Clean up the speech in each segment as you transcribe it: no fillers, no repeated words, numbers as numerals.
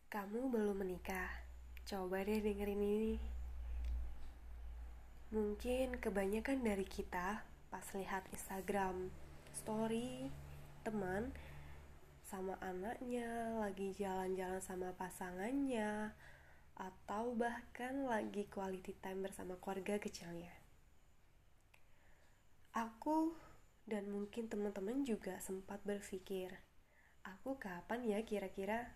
Kamu belum menikah? Coba deh dengerin ini. Mungkin kebanyakan dari kita pas lihat Instagram story teman sama anaknya lagi jalan-jalan sama pasangannya atau bahkan lagi quality time bersama keluarga kecilnya. Aku dan mungkin teman-teman juga sempat berpikir, aku kapan ya kira-kira?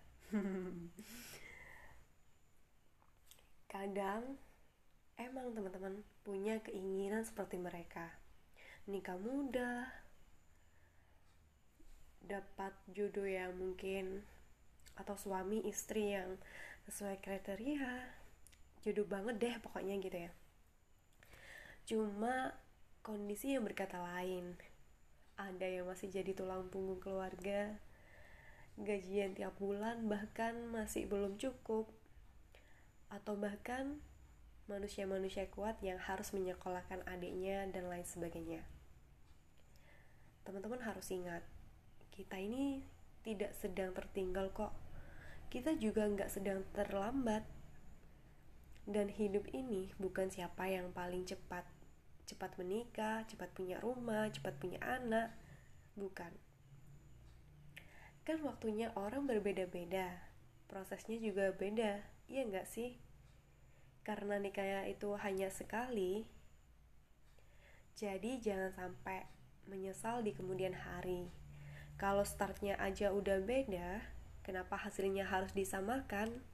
Kadang emang teman-teman punya keinginan seperti mereka. Nikah muda, dapat jodoh yang mungkin atau suami istri yang sesuai kriteria. Jodoh banget deh pokoknya gitu ya. Cuma kondisi yang berkata lain. Ada yang masih jadi tulang punggung keluarga, gajian tiap bulan bahkan masih belum cukup, atau bahkan manusia-manusia kuat yang harus menyekolahkan adiknya dan lain sebagainya. Teman-teman harus ingat, kita ini tidak sedang tertinggal kok. Kita juga nggak sedang terlambat. Dan hidup ini bukan siapa yang paling cepat. Cepat menikah, cepat punya rumah, cepat punya anak. Bukan. Kan waktunya orang berbeda-beda. Prosesnya juga beda. Iya nggak sih? Karena nikahnya itu hanya sekali, jadi jangan sampai menyesal di kemudian hari. Kalau startnya aja udah beda, kenapa hasilnya harus disamakan?